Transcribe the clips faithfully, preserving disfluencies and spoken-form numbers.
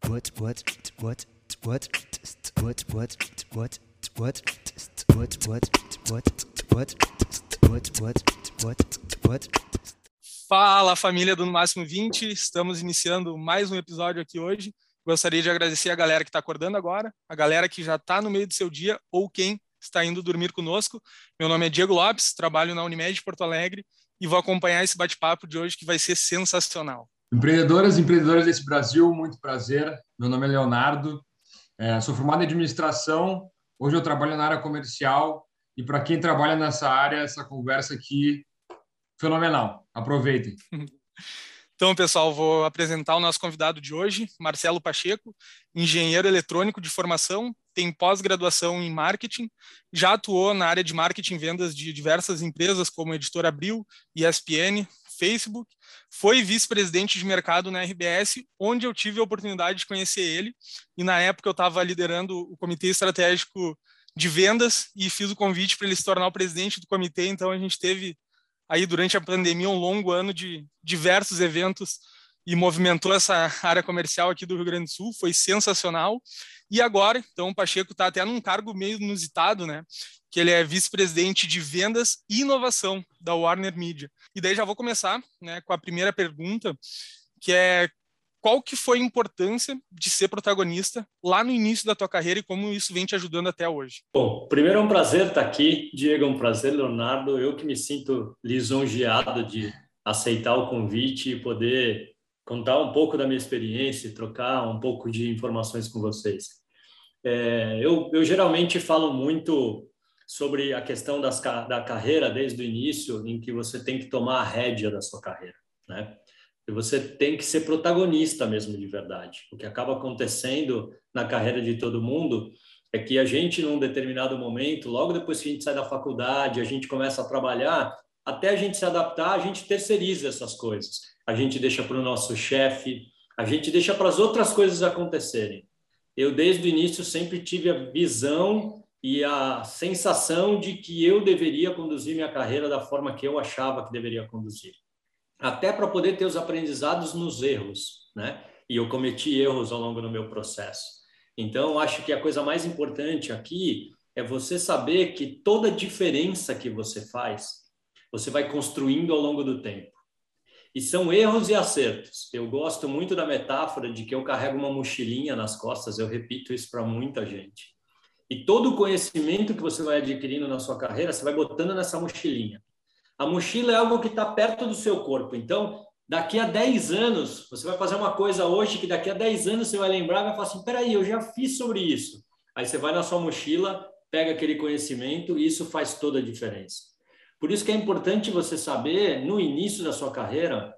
what what what what what what what what what what what what what. Fala, família do No Máximo vinte, estamos iniciando mais um episódio aqui hoje. Gostaria de agradecer a galera que está acordando agora, a galera que já está no meio do seu dia ou quem está indo dormir conosco. Meu nome é Diego Lopes, trabalho na Unimed de Porto Alegre e vou acompanhar esse bate-papo de hoje que vai ser sensacional. Empreendedoras e empreendedores desse Brasil, muito prazer. Meu nome é Leonardo, é, sou formado em administração, hoje eu trabalho na área comercial e para quem trabalha nessa área, essa conversa aqui, fenomenal. Aproveitem. Então, pessoal, vou apresentar o nosso convidado de hoje, Marcelo Pacheco, engenheiro eletrônico de formação, tem pós-graduação em marketing, já atuou na área de marketing e vendas de diversas empresas como Editora Abril, E S P N, Facebook, foi vice-presidente de mercado na R B S, onde eu tive a oportunidade de conhecer ele, e na época eu estava liderando o comitê estratégico de vendas e fiz o convite para ele se tornar o presidente do comitê, então a gente teve aí durante a pandemia um longo ano de diversos eventos e movimentou essa área comercial aqui do Rio Grande do Sul, foi sensacional. E agora, então, o Pacheco está até num cargo meio inusitado, né? Que ele é vice-presidente de vendas e inovação da Warner Media. E daí já vou começar, né, com a primeira pergunta, que é qual que foi a importância de ser protagonista lá no início da tua carreira e como isso vem te ajudando até hoje? Bom, primeiro é um prazer estar aqui, Diego, é um prazer, Leonardo. Eu que me sinto lisonjeado de aceitar o convite e poder contar um pouco da minha experiência, trocar um pouco de informações com vocês. É, eu, eu geralmente falo muito sobre a questão das, da carreira desde o início, em que você tem que tomar a rédea da sua carreira, né? E você tem que ser protagonista mesmo de verdade. O que acaba acontecendo na carreira de todo mundo é que a gente, num determinado momento, logo depois que a gente sai da faculdade, a gente começa a trabalhar, até a gente se adaptar, a gente terceiriza essas coisas. A gente deixa para o nosso chefe, a gente deixa para as outras coisas acontecerem. Eu, desde o início, sempre tive a visão e a sensação de que eu deveria conduzir minha carreira da forma que eu achava que deveria conduzir. Até para poder ter os aprendizados nos erros, né? E eu cometi erros ao longo do meu processo. Então, acho que a coisa mais importante aqui é você saber que toda diferença que você faz, você vai construindo ao longo do tempo. E são erros e acertos. Eu gosto muito da metáfora de que eu carrego uma mochilinha nas costas, eu repito isso para muita gente. E todo o conhecimento que você vai adquirindo na sua carreira, você vai botando nessa mochilinha. A mochila é algo que está perto do seu corpo. Então, daqui a dez anos, você vai fazer uma coisa hoje que daqui a dez anos você vai lembrar e vai falar assim, peraí, eu já fiz sobre isso. Aí você vai na sua mochila, pega aquele conhecimento e isso faz toda a diferença. Por isso que é importante você saber, no início da sua carreira,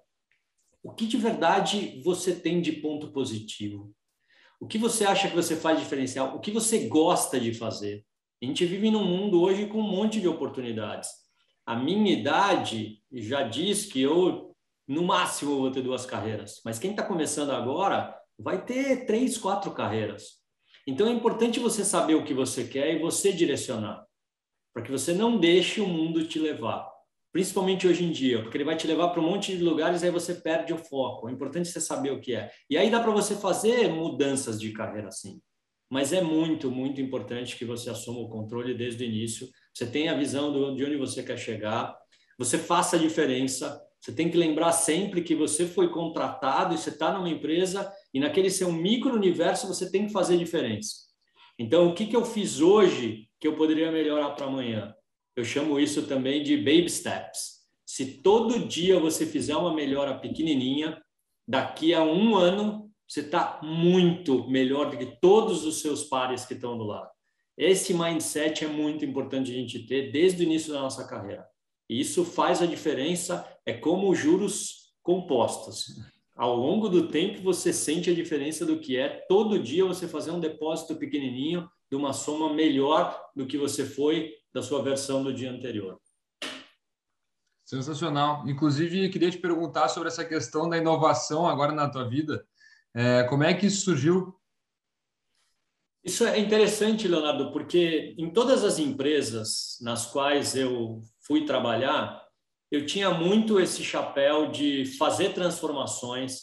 o que de verdade você tem de ponto positivo. O que você acha que você faz diferencial? O que você gosta de fazer? A gente vive num mundo hoje com um monte de oportunidades. A minha idade já diz que eu, no máximo, vou ter duas carreiras. Mas quem está começando agora vai ter três, quatro carreiras. Então, é importante você saber o que você quer e você direcionar. Para que você não deixe o mundo te levar. Principalmente hoje em dia, porque ele vai te levar para um monte de lugares e aí você perde o foco. É importante você saber o que é. E aí dá para você fazer mudanças de carreira, sim. Mas é muito, muito importante que você assuma o controle desde o início. Você tenha a visão de onde você quer chegar. Você faça a diferença. Você tem que lembrar sempre que você foi contratado e você está numa empresa e naquele seu micro-universo você tem que fazer diferença. Então, o que, que eu fiz hoje que eu poderia melhorar para amanhã? Eu chamo isso também de baby steps. Se todo dia você fizer uma melhora pequenininha, daqui a um ano você está muito melhor do que todos os seus pares que estão do lado. Esse mindset é muito importante a gente ter desde o início da nossa carreira. E isso faz a diferença, é como juros compostos. Ao longo do tempo, você sente a diferença do que é todo dia você fazer um depósito pequenininho de uma soma melhor do que você foi da sua versão do dia anterior. Sensacional. Inclusive, queria te perguntar sobre essa questão da inovação agora na tua vida. É, como é que isso surgiu? Isso é interessante, Leonardo, porque em todas as empresas nas quais eu fui trabalhar, eu tinha muito esse chapéu de fazer transformações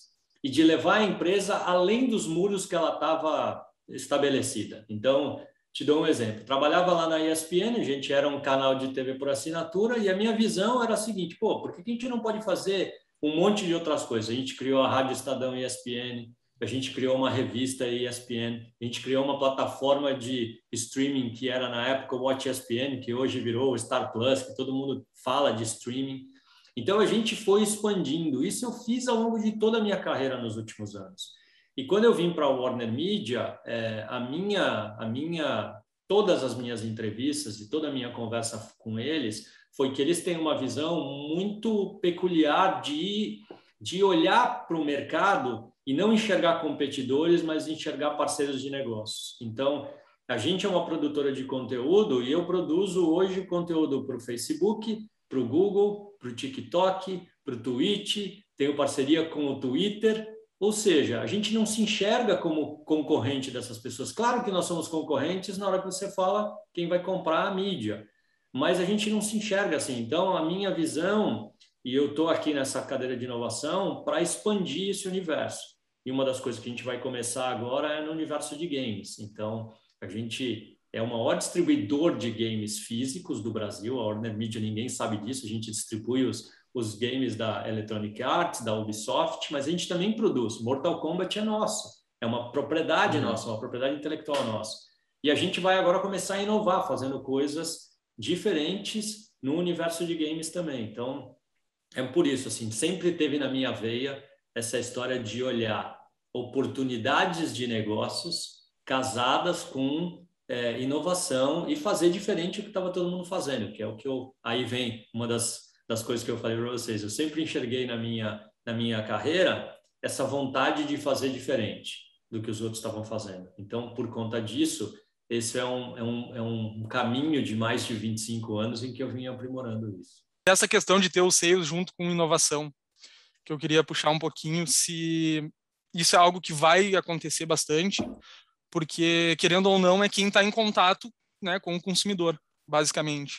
e de levar a empresa além dos muros que ela estava estabelecida. Então, te dou um exemplo. Trabalhava lá na E S P N, a gente era um canal de T V por assinatura, e a minha visão era a seguinte: pô, por que a gente não pode fazer um monte de outras coisas? A gente criou a Rádio Estadão E S P N, a gente criou uma revista E S P N, a gente criou uma plataforma de streaming que era na época o Watch E S P N, que hoje virou o Star Plus, que todo mundo fala de streaming. Então a gente foi expandindo. Isso eu fiz ao longo de toda a minha carreira nos últimos anos. E quando eu vim para a Warner Media, é, a minha, a minha, todas as minhas entrevistas e toda a minha conversa com eles foi que eles têm uma visão muito peculiar de, de olhar para o mercado e não enxergar competidores, mas enxergar parceiros de negócios. Então, a gente é uma produtora de conteúdo e eu produzo hoje conteúdo para o Facebook, para o Google, para o TikTok, para o Twitch, tenho parceria com o Twitter. Ou seja, a gente não se enxerga como concorrente dessas pessoas. Claro que nós somos concorrentes na hora que você fala quem vai comprar a mídia, mas a gente não se enxerga assim. Então, a minha visão, e eu estou aqui nessa cadeira de inovação para expandir esse universo. E uma das coisas que a gente vai começar agora é no universo de games. Então, a gente é o maior distribuidor de games físicos do Brasil. A Warner Media, ninguém sabe disso. A gente distribui os, os games da Electronic Arts, da Ubisoft, mas a gente também produz. Mortal Kombat é nosso. É uma propriedade uhum. nossa, uma propriedade intelectual nossa. E a gente vai agora começar a inovar, fazendo coisas diferentes no universo de games também. Então, é por isso, assim, sempre teve na minha veia essa história de olhar oportunidades de negócios casadas com é, inovação e fazer diferente do que estava todo mundo fazendo, que é o que eu... Aí vem uma das, das coisas que eu falei para vocês. Eu sempre enxerguei na minha, na minha carreira essa vontade de fazer diferente do que os outros estavam fazendo. Então, por conta disso, esse é um, é um, é um caminho de mais de vinte e cinco anos em que eu vim aprimorando isso. Essa questão de ter o sales junto com inovação, que eu queria puxar um pouquinho, se isso é algo que vai acontecer bastante, porque, querendo ou não, é quem está em contato, né, com o consumidor, basicamente.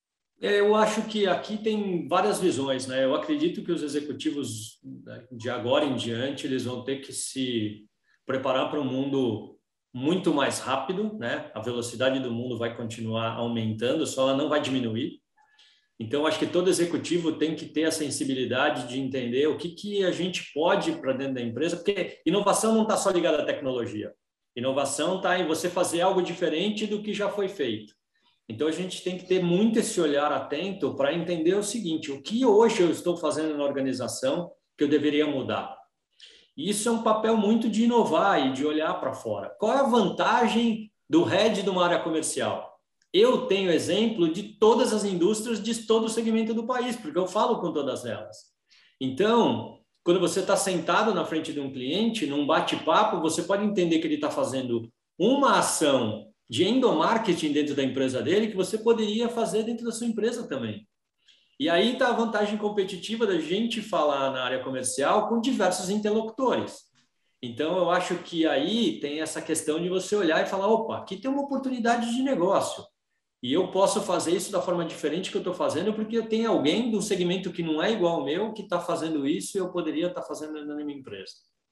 Eu acho que aqui tem várias visões, né? Eu acredito que os executivos de agora em diante, eles vão ter que se preparar para um mundo muito mais rápido, né? A velocidade do mundo vai continuar aumentando, só ela não vai diminuir. Então, acho que todo executivo tem que ter a sensibilidade de entender o que, que a gente pode para dentro da empresa, porque inovação não está só ligada à tecnologia. Inovação está em você fazer algo diferente do que já foi feito. Então, a gente tem que ter muito esse olhar atento para entender o seguinte: o que hoje eu estou fazendo na organização que eu deveria mudar? E isso é um papel muito de inovar e de olhar para fora. Qual é a vantagem do head de uma área comercial? Eu tenho exemplo de todas as indústrias de todo o segmento do país, porque eu falo com todas elas. Então, quando você está sentado na frente de um cliente, num bate-papo, você pode entender que ele está fazendo uma ação de endomarketing dentro da empresa dele que você poderia fazer dentro da sua empresa também. E aí está a vantagem competitiva da gente falar na área comercial com diversos interlocutores. Então, eu acho que aí tem essa questão de você olhar e falar: opa, aqui tem uma oportunidade de negócio. E eu posso fazer isso da forma diferente que eu estou fazendo, porque tem alguém do segmento que não é igual ao meu que está fazendo isso e eu poderia estar tá fazendo na minha empresa.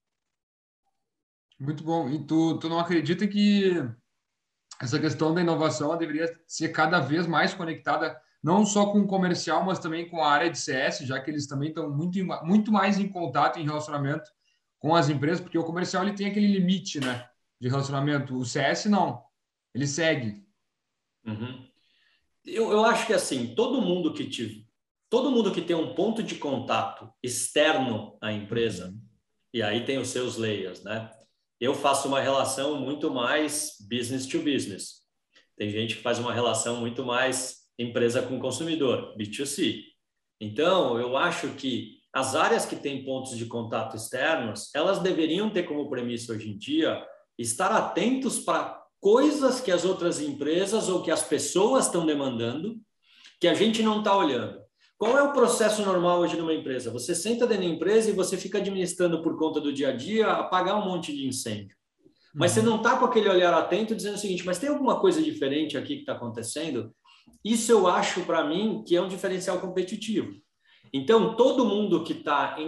Muito bom. E tu, tu não acredita que essa questão da inovação deveria ser cada vez mais conectada, não só com o comercial, mas também com a área de C S, já que eles também estão muito, muito mais em contato, em relacionamento com as empresas, porque o comercial ele tem aquele limite, né, de relacionamento. O C S não, ele segue. Uhum. Eu, eu acho que assim, todo mundo que tive, todo mundo que tem um ponto de contato externo à empresa, uhum. e aí tem os seus layers, né? Eu faço uma relação muito mais business to business. Tem gente que faz uma relação muito mais empresa com consumidor, B dois C. Então, eu acho que as áreas que têm pontos de contato externos, elas deveriam ter como premissa hoje em dia estar atentos para coisas que as outras empresas ou que as pessoas estão demandando que a gente não está olhando. Qual é o processo normal hoje numa empresa? Você senta dentro da empresa e você fica administrando por conta do dia a dia, apagar um monte de incêndio. Mas uhum. você não está com aquele olhar atento dizendo o seguinte: mas tem alguma coisa diferente aqui que está acontecendo? Isso eu acho, para mim, que é um diferencial competitivo. Então, todo mundo que está em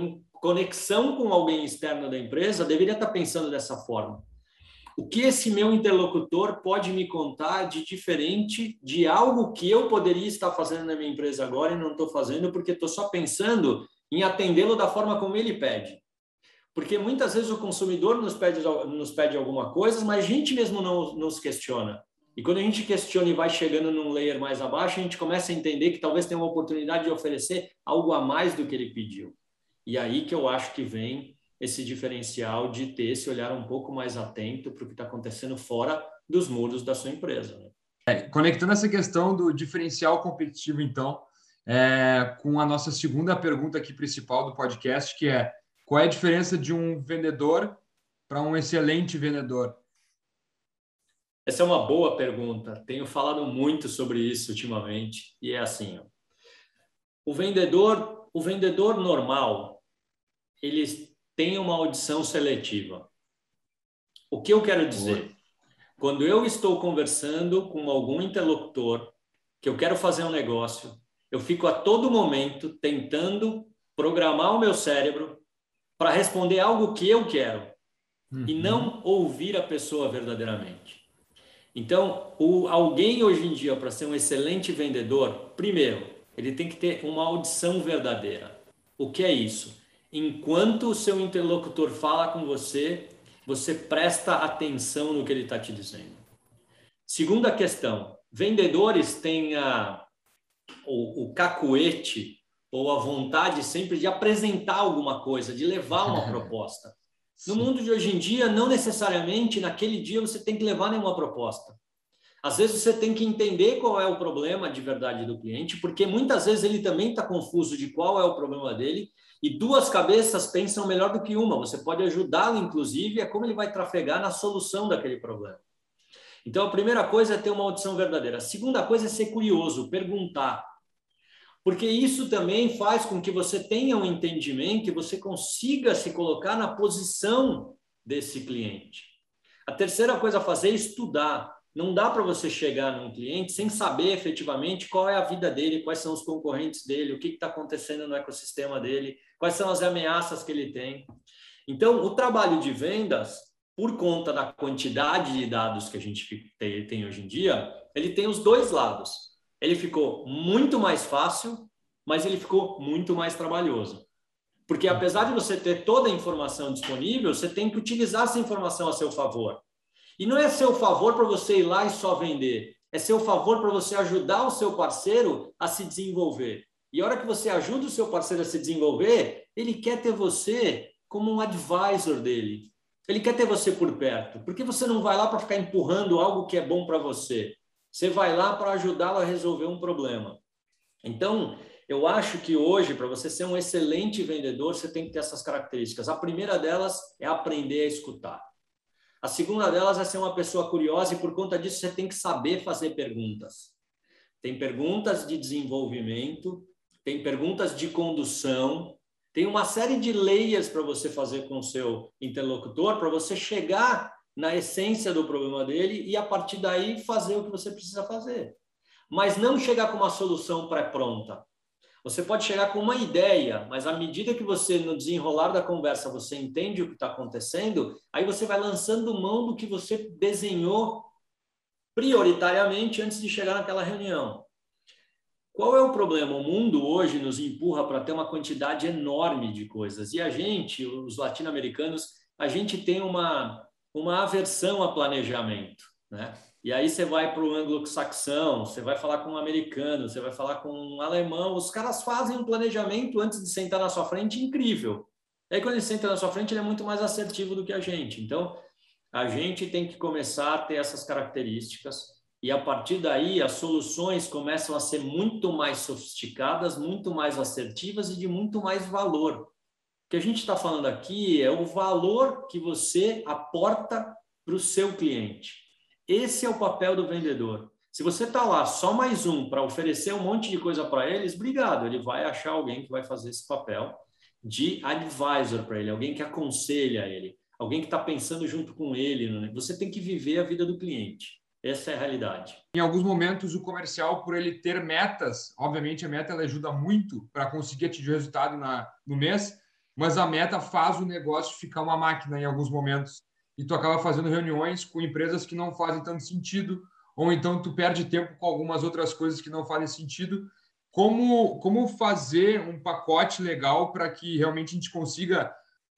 conexão com alguém externo da empresa, deveria estar pensando dessa forma. O que esse meu interlocutor pode me contar de diferente de algo que eu poderia estar fazendo na minha empresa agora e não estou fazendo porque estou só pensando em atendê-lo da forma como ele pede. Porque muitas vezes o consumidor nos pede, nos pede alguma coisa, mas a gente mesmo não nos questiona. E quando a gente questiona e vai chegando num layer mais abaixo, a gente começa a entender que talvez tenha uma oportunidade de oferecer algo a mais do que ele pediu. E aí que eu acho que vem esse diferencial de ter esse olhar um pouco mais atento para o que está acontecendo fora dos muros da sua empresa. Né? É, conectando essa questão do diferencial competitivo, então, é, com a nossa segunda pergunta aqui principal do podcast, que é: qual é a diferença de um vendedor para um excelente vendedor? Essa é uma boa pergunta. Tenho falado muito sobre isso ultimamente. E é assim, ó. O vendedor, o vendedor normal, ele tem uma audição seletiva. O que eu quero dizer? Quando eu estou conversando com algum interlocutor, que eu quero fazer um negócio, eu fico a todo momento tentando programar o meu cérebro para responder algo que eu quero uhum. e não ouvir a pessoa verdadeiramente. Então, o, alguém hoje em dia, para ser um excelente vendedor, primeiro, ele tem que ter uma audição verdadeira. O que é isso? Enquanto o seu interlocutor fala com você, você presta atenção no que ele está te dizendo. Segunda questão, vendedores têm a, o, o cacuete ou a vontade sempre de apresentar alguma coisa, de levar uma proposta. No mundo de hoje em dia, não necessariamente naquele dia você tem que levar nenhuma proposta. Às vezes você tem que entender qual é o problema de verdade do cliente, porque muitas vezes ele também está confuso de qual é o problema dele e duas cabeças pensam melhor do que uma. Você pode ajudá-lo, inclusive, a como ele vai trafegar na solução daquele problema. Então, a primeira coisa é ter uma audição verdadeira. A segunda coisa é ser curioso, perguntar. Porque isso também faz com que você tenha um entendimento e você consiga se colocar na posição desse cliente. A terceira coisa a fazer é estudar. Não dá para você chegar num cliente sem saber efetivamente qual é a vida dele, quais são os concorrentes dele, o que está acontecendo no ecossistema dele, quais são as ameaças que ele tem. Então, o trabalho de vendas, por conta da quantidade de dados que a gente tem hoje em dia, ele tem os dois lados. Ele ficou muito mais fácil, mas ele ficou muito mais trabalhoso. Porque apesar de você ter toda a informação disponível, você tem que utilizar essa informação a seu favor. E não é seu favor para você ir lá e só vender. É seu favor para você ajudar o seu parceiro a se desenvolver. E a hora que você ajuda o seu parceiro a se desenvolver, ele quer ter você como um advisor dele. Ele quer ter você por perto. Porque você não vai lá para ficar empurrando algo que é bom para você. Você vai lá para ajudá-lo a resolver um problema. Então, eu acho que hoje, para você ser um excelente vendedor, você tem que ter essas características. A primeira delas é aprender a escutar. A segunda delas é ser uma pessoa curiosa e, por conta disso, você tem que saber fazer perguntas. Tem perguntas de desenvolvimento, tem perguntas de condução, tem uma série de layers para você fazer com o seu interlocutor, para você chegar na essência do problema dele e, a partir daí, fazer o que você precisa fazer. Mas não chegar com uma solução pré-pronta. Você pode chegar com uma ideia, mas à medida que você, no desenrolar da conversa, você entende o que está acontecendo, aí você vai lançando mão do que você desenhou prioritariamente antes de chegar naquela reunião. Qual é o problema? O mundo hoje nos empurra para ter uma quantidade enorme de coisas. E a gente, os latino-americanos, a gente tem uma, uma aversão a planejamento, né? E aí você vai para o anglo-saxão, você vai falar com um americano, você vai falar com um alemão, os caras fazem um planejamento antes de sentar na sua frente incrível. Aí quando ele senta na sua frente, ele é muito mais assertivo do que a gente. Então, a gente tem que começar a ter essas características e, a partir daí, as soluções começam a ser muito mais sofisticadas, muito mais assertivas e de muito mais valor. O que a gente está falando aqui é o valor que você aporta para o seu cliente. Esse é o papel do vendedor. Se você está lá só mais um para oferecer um monte de coisa para eles, obrigado, ele vai achar alguém que vai fazer esse papel de advisor para ele, alguém que aconselha ele, alguém que está pensando junto com ele. Você tem que viver a vida do cliente. Essa é a realidade. Em alguns momentos, o comercial, por ele ter metas, obviamente a meta ela ajuda muito para conseguir atingir o resultado na, no mês, mas a meta faz o negócio ficar uma máquina em alguns momentos. E tu acaba fazendo reuniões com empresas que não fazem tanto sentido, ou então tu perde tempo com algumas outras coisas que não fazem sentido. Como, como fazer um pacote legal para que realmente a gente consiga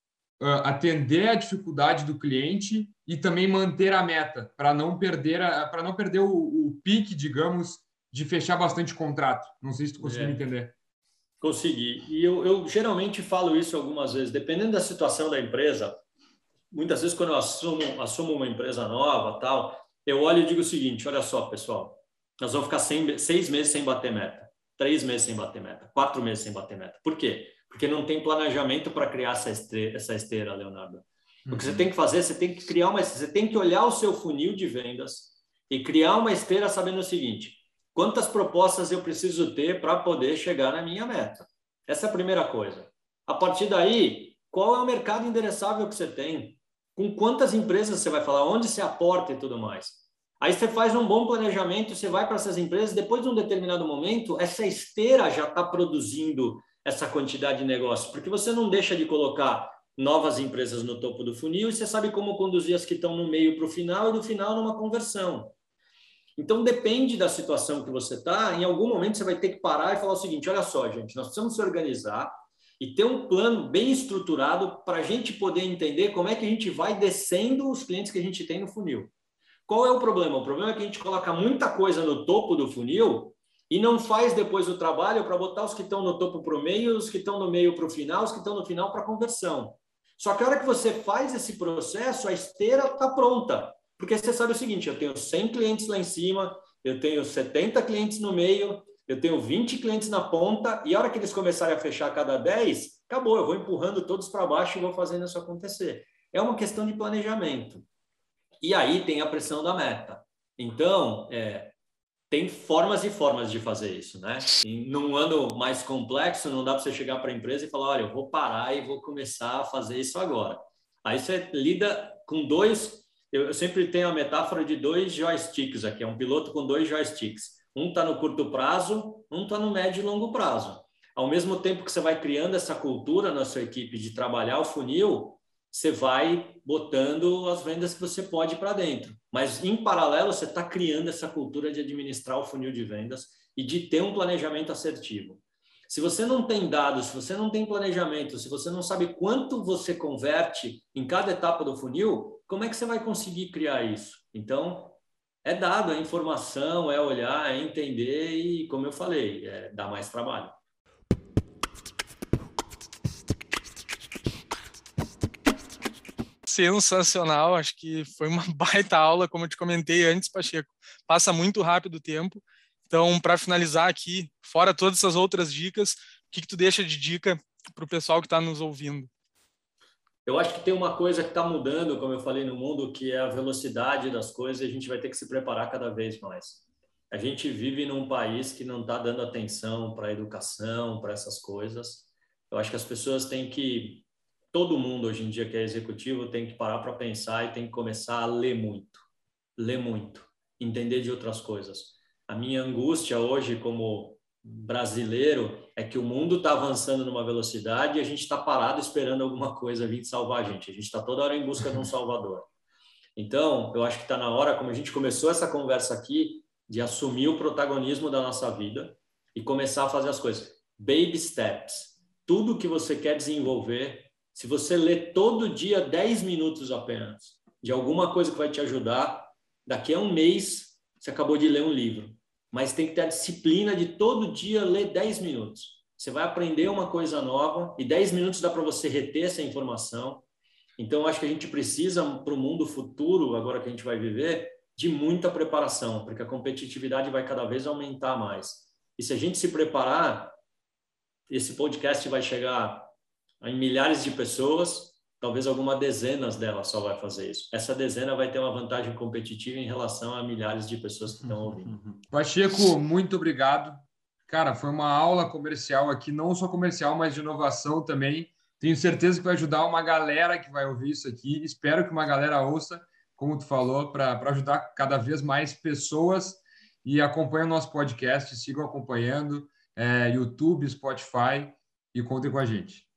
uh, atender a dificuldade do cliente e também manter a meta, para não perder, a, para não perder o, o pique, digamos, de fechar bastante contrato. Não sei se tu conseguiu É. me entender. Consegui. E eu, eu geralmente falo isso algumas vezes, dependendo da situação da empresa. Muitas vezes, quando eu assumo, assumo uma empresa nova, tal, eu olho e digo o seguinte: olha só, pessoal, nós vamos ficar sem, seis meses sem bater meta, três meses sem bater meta, quatro meses sem bater meta. Por quê? Porque não tem planejamento para criar essa esteira, essa esteira, Leonardo. O que você tem que fazer, você tem que criar uma, você tem que olhar o seu funil de vendas e criar uma esteira sabendo o seguinte: quantas propostas eu preciso ter para poder chegar na minha meta? Essa é a primeira coisa. A partir daí, qual é o mercado endereçável que você tem? Com quantas empresas você vai falar? Onde você aporta e tudo mais? Aí você faz um bom planejamento, você vai para essas empresas, depois de um determinado momento, essa esteira já está produzindo essa quantidade de negócio, porque você não deixa de colocar novas empresas no topo do funil e você sabe como conduzir as que estão no meio para o final e do final numa conversão. Então, depende da situação que você está, em algum momento você vai ter que parar e falar o seguinte: olha só, gente, nós precisamos se organizar e ter um plano bem estruturado para a gente poder entender como é que a gente vai descendo os clientes que a gente tem no funil. Qual é o problema? O problema é que a gente coloca muita coisa no topo do funil e não faz depois o trabalho para botar os que estão no topo para o meio, os que estão no meio para o final, os que estão no final para a conversão. Só que a hora que você faz esse processo, a esteira está pronta. Porque você sabe o seguinte: eu tenho cem clientes lá em cima, eu tenho setenta clientes no meio, eu tenho vinte clientes na ponta, e a hora que eles começarem a fechar cada dez, acabou, eu vou empurrando todos para baixo e vou fazendo isso acontecer. É uma questão de planejamento. E aí tem a pressão da meta. Então, é, tem formas e formas de fazer isso, né? E num ano mais complexo, não dá para você chegar para a empresa e falar: olha, eu vou parar e vou começar a fazer isso agora. Aí você lida com dois... Eu sempre tenho a metáfora de dois joysticks aqui, é um piloto com dois joysticks. Um está no curto prazo, um está no médio e longo prazo. Ao mesmo tempo que você vai criando essa cultura na sua equipe de trabalhar o funil, você vai botando as vendas que você pode para dentro. Mas, em paralelo, você está criando essa cultura de administrar o funil de vendas e de ter um planejamento assertivo. Se você não tem dados, se você não tem planejamento, se você não sabe quanto você converte em cada etapa do funil, como é que você vai conseguir criar isso? Então, é dado, é informação, é olhar, é entender e, como eu falei, é dar mais trabalho. Sensacional, acho que foi uma baita aula, como eu te comentei antes, Pacheco. Passa muito rápido o tempo. Então, para finalizar aqui, fora todas essas outras dicas, o que, que tu deixa de dica para o pessoal que está nos ouvindo? Eu acho que tem uma coisa que está mudando, como eu falei, no mundo, que é a velocidade das coisas, e a gente vai ter que se preparar cada vez mais. A gente vive num país que não está dando atenção para a educação, para essas coisas. Eu acho que as pessoas têm que... Todo mundo, hoje em dia, que é executivo, tem que parar para pensar e tem que começar a ler muito. Ler muito. Entender de outras coisas. A minha angústia hoje, como brasileiro, é que o mundo está avançando numa velocidade e a gente está parado esperando alguma coisa vir salvar a gente. A gente está toda hora em busca de um salvador. Então, eu acho que está na hora, como a gente começou essa conversa aqui, de assumir o protagonismo da nossa vida e começar a fazer as coisas. Baby steps. Tudo que você quer desenvolver, se você ler todo dia dez minutos apenas de alguma coisa que vai te ajudar, daqui a um mês você acabou de ler um livro. Mas tem que ter a disciplina de todo dia ler dez minutos. Você vai aprender uma coisa nova e dez minutos dá para você reter essa informação. Então, eu acho que a gente precisa, para o mundo futuro, agora que a gente vai viver, de muita preparação, porque a competitividade vai cada vez aumentar mais. E se a gente se preparar, esse podcast vai chegar a milhares de pessoas, talvez algumas dezenas delas só vai fazer isso. Essa dezena vai ter uma vantagem competitiva em relação a milhares de pessoas que estão ouvindo. Pacheco, muito obrigado. Cara, foi uma aula comercial aqui, não só comercial, mas de inovação também. Tenho certeza que vai ajudar uma galera que vai ouvir isso aqui. Espero que uma galera ouça, como tu falou, para ajudar cada vez mais pessoas. E acompanhem o nosso podcast, sigam acompanhando, é, YouTube, Spotify, e contem com a gente.